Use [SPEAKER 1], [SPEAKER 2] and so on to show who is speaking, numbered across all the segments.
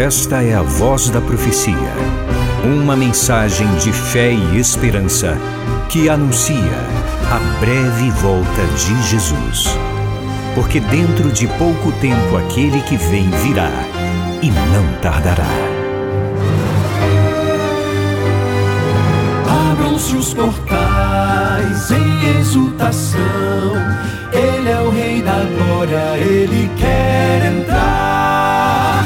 [SPEAKER 1] Esta é a Voz da Profecia, uma mensagem de fé e esperança que anuncia a breve volta de Jesus. Porque dentro de pouco tempo aquele que vem virá e não tardará.
[SPEAKER 2] Abram-se os portais em exultação, Ele é o Rei da Glória, Ele quer entrar.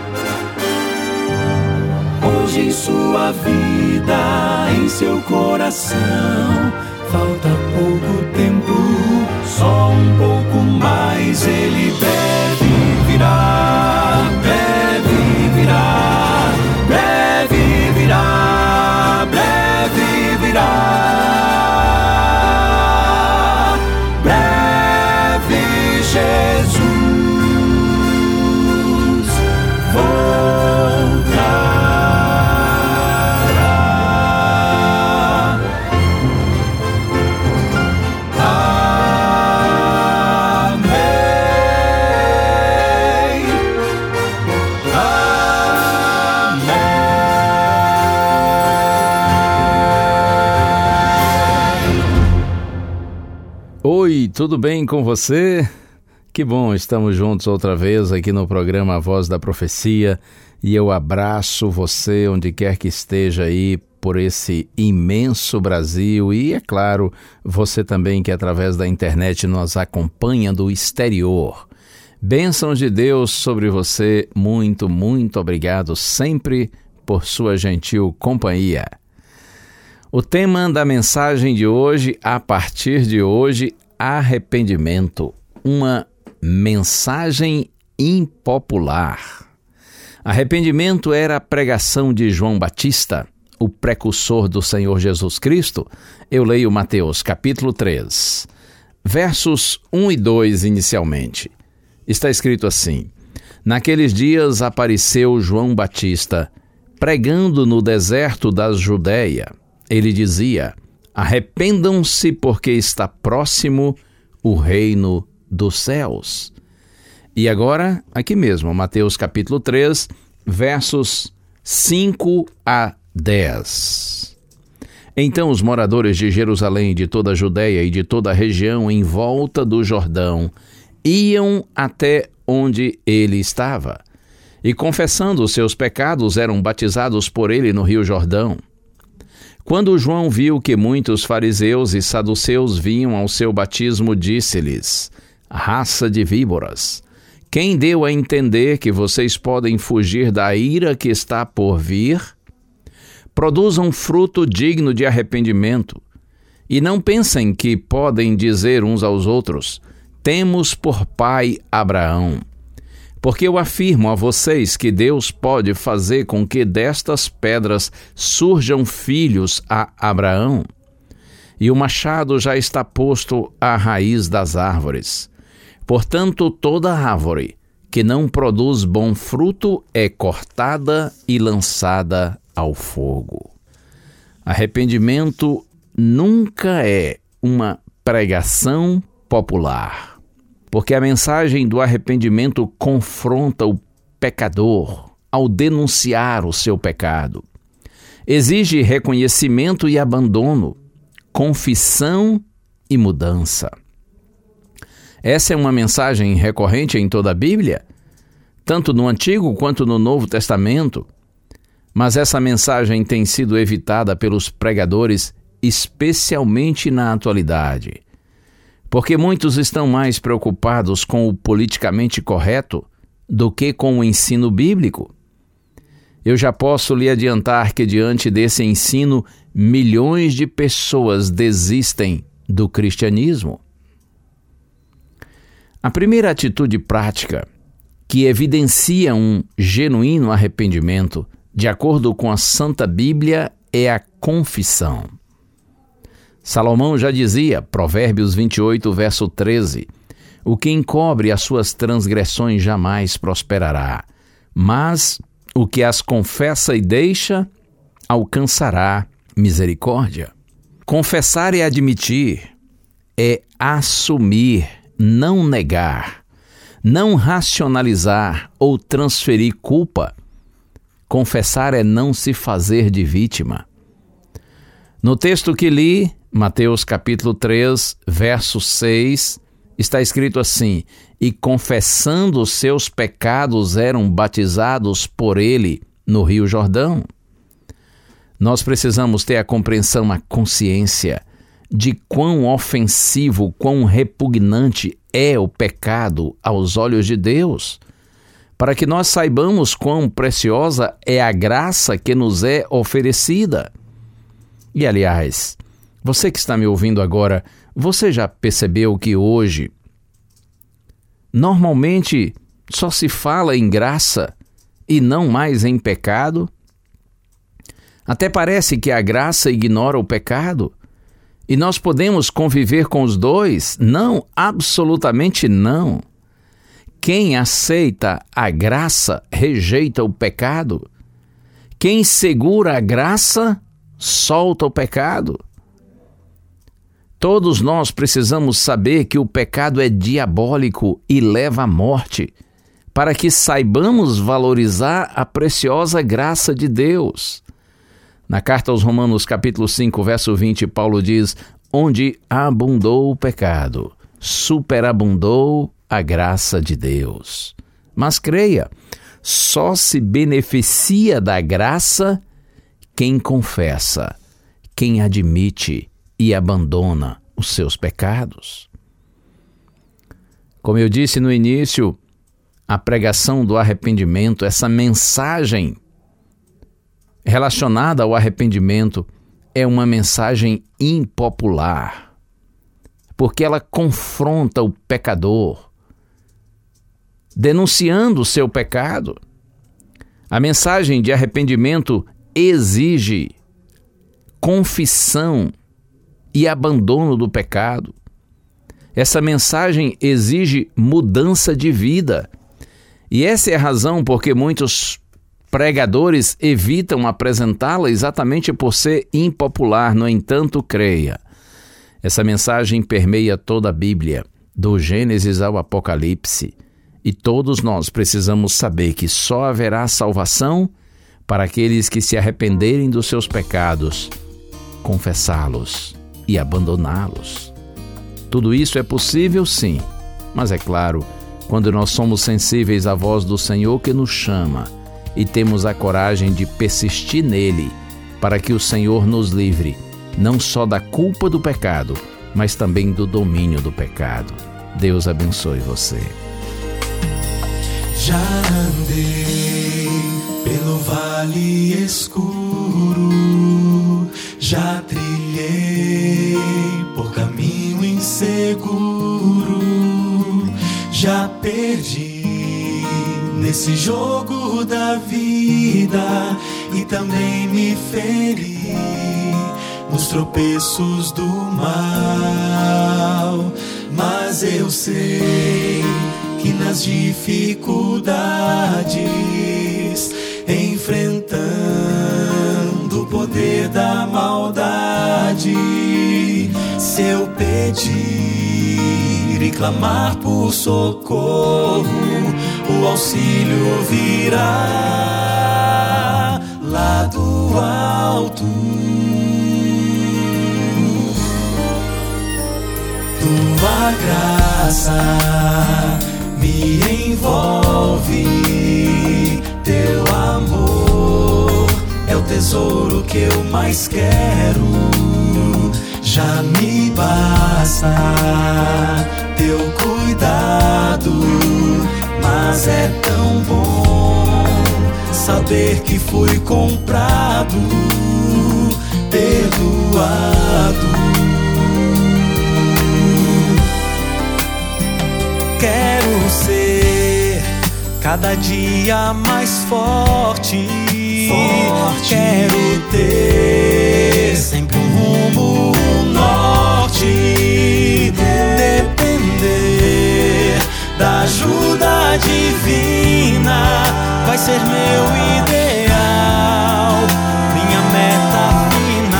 [SPEAKER 2] Hoje em sua vida, em seu coração, falta pouco tempo, só um pouco mais. Ele breve virá, breve virá, breve virá, breve virá. Breve Jesus voltará.
[SPEAKER 3] Oi, tudo bem com você? Que bom, estamos juntos outra vez aqui no programa A Voz da Profecia e eu abraço você onde quer que esteja aí por esse imenso Brasil e, é claro, você também que através da internet nos acompanha do exterior. Bênçãos de Deus sobre você, muito, muito obrigado sempre por sua gentil companhia. O tema da mensagem de hoje, a partir de hoje, arrependimento, uma mensagem impopular. Arrependimento era a pregação de João Batista, o precursor do Senhor Jesus Cristo. Eu leio Mateus capítulo 3, versos 1 e 2 inicialmente. Está escrito assim: Naqueles dias apareceu João Batista, pregando no deserto da Judéia. Ele dizia: arrependam-se porque está próximo o reino dos céus. E agora, aqui mesmo, Mateus capítulo 3, versos 5 a 10. Então os moradores de Jerusalém, de toda a Judéia e de toda a região em volta do Jordão iam até onde ele estava, e confessando os seus pecados eram batizados por ele no rio Jordão. Quando João viu que muitos fariseus e saduceus vinham ao seu batismo, disse-lhes: raça de víboras, quem deu a entender que vocês podem fugir da ira que está por vir? Produzam fruto digno de arrependimento, e não pensem que podem dizer uns aos outros: temos por pai Abraão. Porque eu afirmo a vocês que Deus pode fazer com que destas pedras surjam filhos a Abraão. E o machado já está posto à raiz das árvores. Portanto, toda árvore que não produz bom fruto é cortada e lançada ao fogo. Arrependimento nunca é uma pregação popular, porque a mensagem do arrependimento confronta o pecador ao denunciar o seu pecado. Exige reconhecimento e abandono, confissão e mudança. Essa é uma mensagem recorrente em toda a Bíblia, tanto no Antigo quanto no Novo Testamento, mas essa mensagem tem sido evitada pelos pregadores, especialmente na atualidade. Porque muitos estão mais preocupados com o politicamente correto do que com o ensino bíblico. Eu já posso lhe adiantar que diante desse ensino, milhões de pessoas desistem do cristianismo. A primeira atitude prática que evidencia um genuíno arrependimento, de acordo com a Santa Bíblia, é a confissão. Salomão já dizia, Provérbios 28, verso 13, o que encobre as suas transgressões jamais prosperará, mas o que as confessa e deixa alcançará misericórdia. Confessar e admitir é assumir, não negar, não racionalizar ou transferir culpa, Confessar é não se fazer de vítima. No texto que li, Mateus capítulo 3, verso 6, está escrito assim: e confessando os seus pecados eram batizados por ele no Rio Jordão. Nós precisamos ter a compreensão, a consciência de quão ofensivo, quão repugnante é o pecado aos olhos de Deus, para que nós saibamos quão preciosa é a graça que nos é oferecida. E, aliás, você que está me ouvindo agora, você já percebeu que hoje, normalmente, só se fala em graça e não mais em pecado? Até parece que a graça ignora o pecado. E nós podemos conviver com os dois? Não, absolutamente não. Quem aceita a graça rejeita o pecado. Quem segura a graça solta o pecado. Todos nós precisamos saber que o pecado é diabólico e leva à morte, para que saibamos valorizar a preciosa graça de Deus. Na carta aos Romanos, capítulo 5, verso 20, Paulo diz: onde abundou o pecado, superabundou a graça de Deus. Mas creia, só se beneficia da graça quem confessa, quem admite e abandona os seus pecados. Como eu disse no início, a pregação do arrependimento, essa mensagem relacionada ao arrependimento, é uma mensagem impopular, porque ela confronta o pecador, denunciando o seu pecado. A mensagem de arrependimento exige confissão e abandono do pecado. Essa mensagem exige mudança de vida. E essa é a razão porque muitos pregadores evitam apresentá-la exatamente por ser impopular. No entanto, creia, essa mensagem permeia toda a Bíblia, do Gênesis ao Apocalipse, e todos nós precisamos saber que só haverá salvação para aqueles que se arrependerem dos seus pecados, confessá-los e abandoná-los. Tudo isso é possível, sim, mas é claro, quando nós somos sensíveis à voz do Senhor que nos chama e temos a coragem de persistir nele, para que o Senhor nos livre, não só da culpa do pecado, mas também do domínio do pecado. Deus abençoe você.
[SPEAKER 2] Já andei pelo vale escuro, já trilhei por caminho inseguro, já perdi nesse jogo da vida e também me feri nos tropeços do mal. Mas eu sei que nas dificuldades, enfrentando o poder da maldade, se eu pedir e clamar por socorro, o auxílio virá lá do alto. Tua graça me envolve, teu amor é o tesouro que eu mais quero. Já me basta teu cuidado, mas é tão bom saber que fui comprado, perdoado. Quero ser cada dia mais forte. Quero ter sempre um rumo, um norte. Depender da ajuda divina vai ser meu ideal, minha meta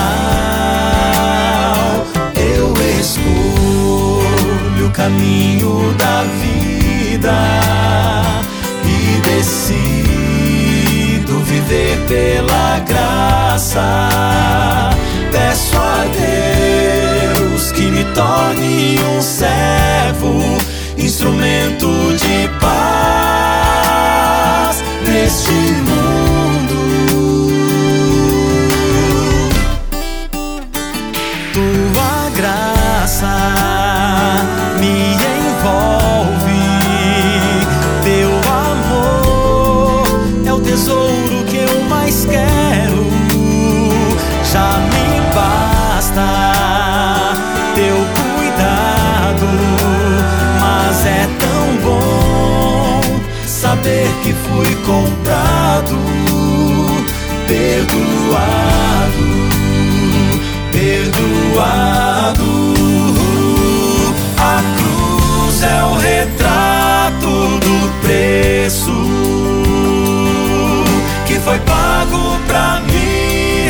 [SPEAKER 2] final. Eu escolho o caminho da vida e decido viver viver pela graça. Peço a Deus que me torne um servo, instrumento de paz neste mundo. Tua graça me envolve, teu amor é o tesouro que eu mais quero. Já me basta teu cuidado, mas é tão bom saber que fui comprado, perdoado, perdoado. A cruz é o retrato do preço que foi pago pra me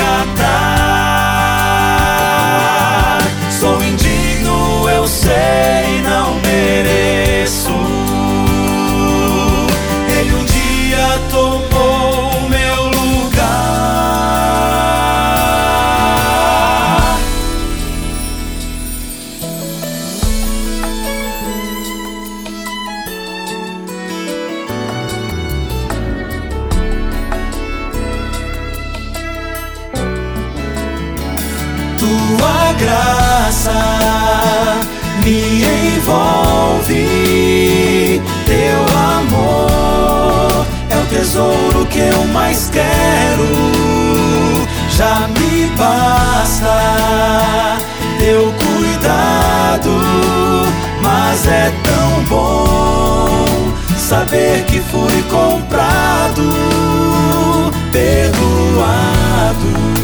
[SPEAKER 2] resgatar. Sou indigno, eu sei, não mereço. Ele um dia tomou meu lugar. Tua graça me envolve, teu amor é o tesouro que eu mais quero. Já me basta teu cuidado, mas é tão bom saber que fui comprado, perdoado.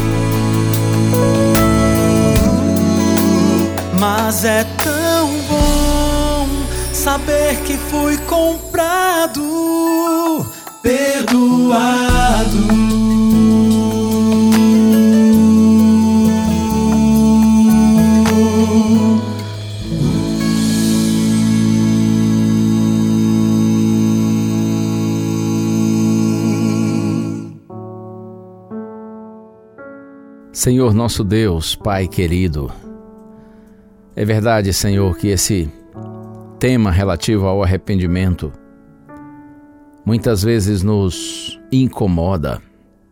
[SPEAKER 2] Mas é tão bom saber que fui comprado, perdoado.
[SPEAKER 3] Senhor nosso Deus, Pai querido, é verdade, Senhor, que esse tema relativo ao arrependimento muitas vezes nos incomoda,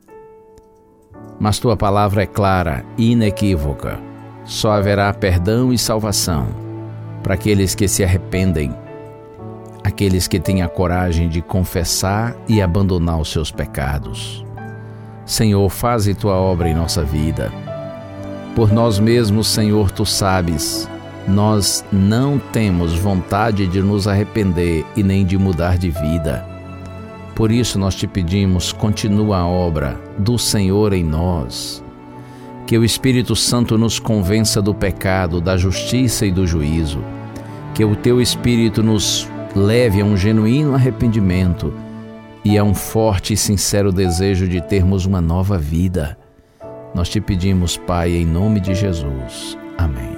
[SPEAKER 3] mas Tua palavra é clara e inequívoca. Só haverá perdão e salvação para aqueles que se arrependem, aqueles que têm a coragem de confessar e abandonar os seus pecados. Senhor, faze Tua obra em nossa vida. Por nós mesmos, Senhor, Tu sabes, nós não temos vontade de nos arrepender e nem de mudar de vida. Por isso nós Te pedimos, continua a obra do Senhor em nós. Que o Espírito Santo nos convença do pecado, da justiça e do juízo. Que o Teu Espírito nos leve a um genuíno arrependimento e a um forte e sincero desejo de termos uma nova vida. Nós Te pedimos, Pai, em nome de Jesus. Amém.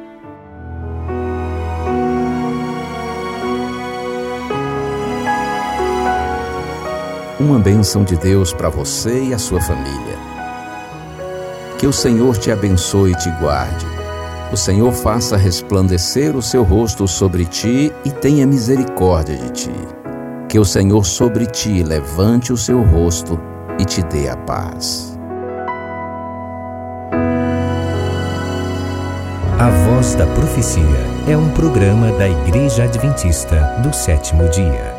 [SPEAKER 1] Uma bênção de Deus para você e a sua família. Que o Senhor te abençoe e te guarde. O Senhor faça resplandecer o seu rosto sobre ti e tenha misericórdia de ti. Que o Senhor sobre ti levante o seu rosto e te dê a paz.
[SPEAKER 4] A Voz da Profecia é um programa da Igreja Adventista do Sétimo Dia.